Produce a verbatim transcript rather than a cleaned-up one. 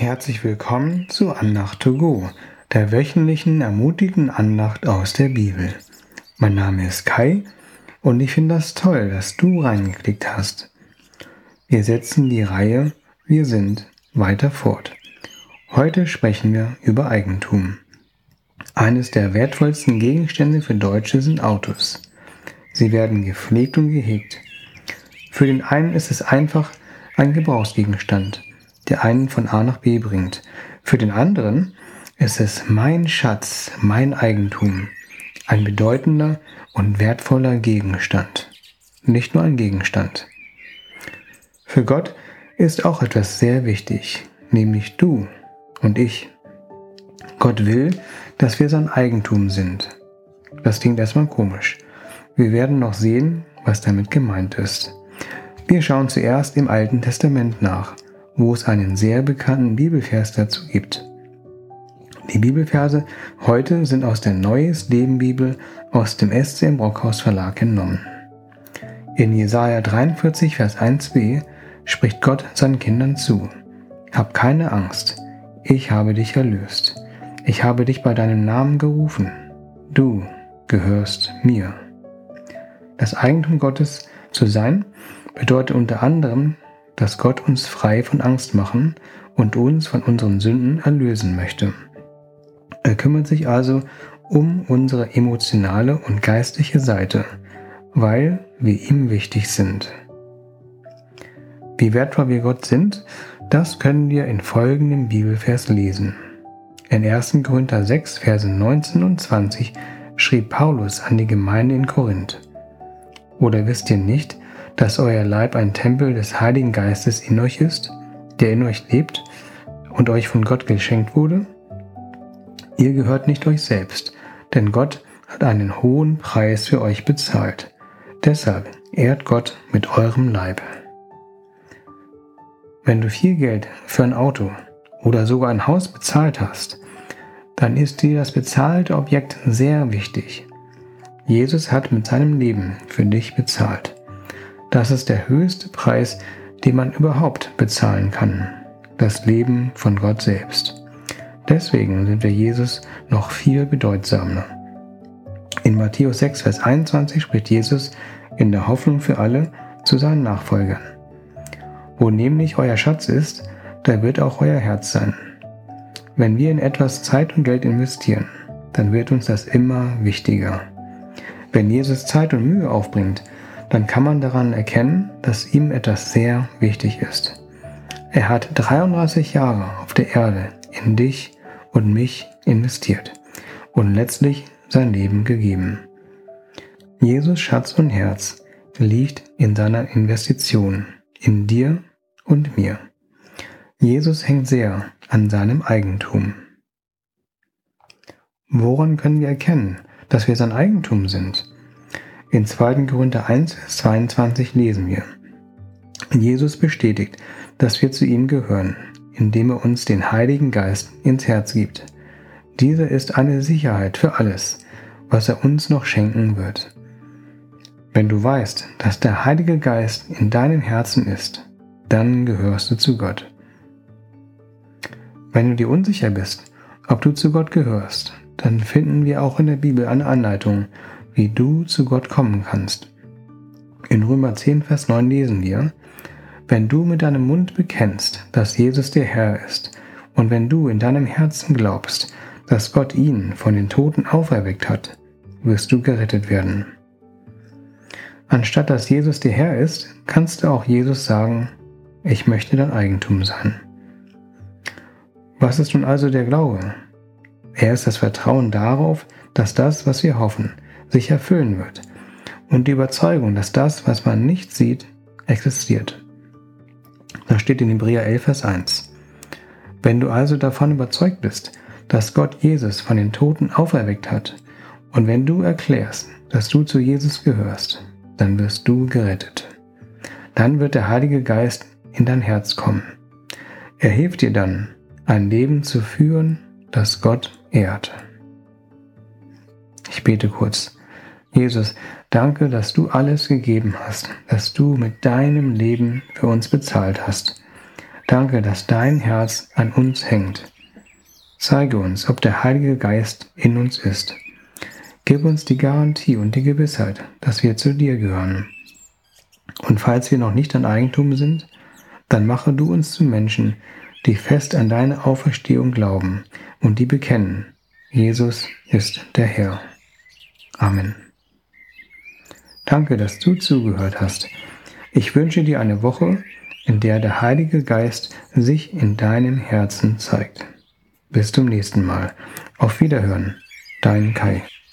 Herzlich willkommen zu Andacht to go, der wöchentlichen ermutigenden Andacht aus der Bibel. Mein Name ist Kai und ich finde das toll, dass du reingeklickt hast. Wir setzen die Reihe Wir sind weiter fort. Heute sprechen wir über Eigentum. Eines der wertvollsten Gegenstände für Deutsche sind Autos. Sie werden gepflegt und gehegt. Für den einen ist es einfach ein Gebrauchsgegenstand, der einen von A nach B bringt. Für den anderen ist es mein Schatz, mein Eigentum, ein bedeutender und wertvoller Gegenstand. Nicht nur ein Gegenstand. Für Gott ist auch etwas sehr wichtig, nämlich du und ich. Gott will, dass wir sein Eigentum sind. Das klingt erstmal komisch. Wir werden noch sehen, was damit gemeint ist. Wir schauen zuerst im Alten Testament nach, wo es einen sehr bekannten Bibelvers dazu gibt. Die Bibelverse heute sind aus der Neues Leben Bibel aus dem S C M Brockhaus Verlag entnommen. In Jesaja dreiundvierzig, Vers eins b spricht Gott seinen Kindern zu: Hab keine Angst, ich habe dich erlöst. Ich habe dich bei deinem Namen gerufen. Du gehörst mir. Das Eigentum Gottes zu sein bedeutet unter anderem, dass Gott uns frei von Angst machen und uns von unseren Sünden erlösen möchte. Er kümmert sich also um unsere emotionale und geistliche Seite, weil wir ihm wichtig sind. Wie wertvoll wir Gott sind, das können wir in folgendem Bibelvers lesen. In erster Korinther sechs, Verse neunzehn und zwanzig schrieb Paulus an die Gemeinde in Korinth: Oder wisst ihr nicht, dass euer Leib ein Tempel des Heiligen Geistes in euch ist, der in euch lebt und euch von Gott geschenkt wurde? Ihr gehört nicht euch selbst, denn Gott hat einen hohen Preis für euch bezahlt. Deshalb ehrt Gott mit eurem Leib. Wenn du viel Geld für ein Auto oder sogar ein Haus bezahlt hast, dann ist dir das bezahlte Objekt sehr wichtig. Jesus hat mit seinem Leben für dich bezahlt. Das ist der höchste Preis, den man überhaupt bezahlen kann. Das Leben von Gott selbst. Deswegen sind wir Jesus noch viel bedeutsamer. In Matthäus sechs, Vers einundzwanzig spricht Jesus in der Hoffnung für alle zu seinen Nachfolgern: Wo nämlich euer Schatz ist, da wird auch euer Herz sein. Wenn wir in etwas Zeit und Geld investieren, dann wird uns das immer wichtiger. Wenn Jesus Zeit und Mühe aufbringt, dann kann man daran erkennen, dass ihm etwas sehr wichtig ist. Er hat dreiunddreißig Jahre auf der Erde in dich und mich investiert und letztlich sein Leben gegeben. Jesus Schatz und Herz liegt in seiner Investition, in dir und mir. Jesus hängt sehr an seinem Eigentum. Woran können wir erkennen, dass wir sein Eigentum sind? In zweiter Korinther eins, Vers zweiundzwanzig lesen wir: Jesus bestätigt, dass wir zu ihm gehören, indem er uns den Heiligen Geist ins Herz gibt. Dieser ist eine Sicherheit für alles, was er uns noch schenken wird. Wenn du weißt, dass der Heilige Geist in deinem Herzen ist, dann gehörst du zu Gott. Wenn du dir unsicher bist, ob du zu Gott gehörst, dann finden wir auch in der Bibel eine Anleitung, wie du zu Gott kommen kannst. In Römer zehn, Vers neun lesen wir: Wenn du mit deinem Mund bekennst, dass Jesus der Herr ist, und wenn du in deinem Herzen glaubst, dass Gott ihn von den Toten auferweckt hat, wirst du gerettet werden. Anstatt dass Jesus der Herr ist, kannst du auch Jesus sagen: Ich möchte dein Eigentum sein. Was ist nun also der Glaube? Er ist das Vertrauen darauf, dass das, was wir hoffen, sich erfüllen wird, und die Überzeugung, dass das, was man nicht sieht, existiert. Das steht in Hebräer elf, Vers eins. Wenn du also davon überzeugt bist, dass Gott Jesus von den Toten auferweckt hat, und wenn du erklärst, dass du zu Jesus gehörst, dann wirst du gerettet. Dann wird der Heilige Geist in dein Herz kommen. Er hilft dir dann, ein Leben zu führen, das Gott ehrt. Ich bete kurz. Jesus, danke, dass du alles gegeben hast, dass du mit deinem Leben für uns bezahlt hast. Danke, dass dein Herz an uns hängt. Zeige uns, ob der Heilige Geist in uns ist. Gib uns die Garantie und die Gewissheit, dass wir zu dir gehören. Und falls wir noch nicht dein Eigentum sind, dann mache du uns zu Menschen, die fest an deine Auferstehung glauben und die bekennen, Jesus ist der Herr. Amen. Danke, dass du zugehört hast. Ich wünsche dir eine Woche, in der der Heilige Geist sich in deinem Herzen zeigt. Bis zum nächsten Mal. Auf Wiederhören, dein Kai.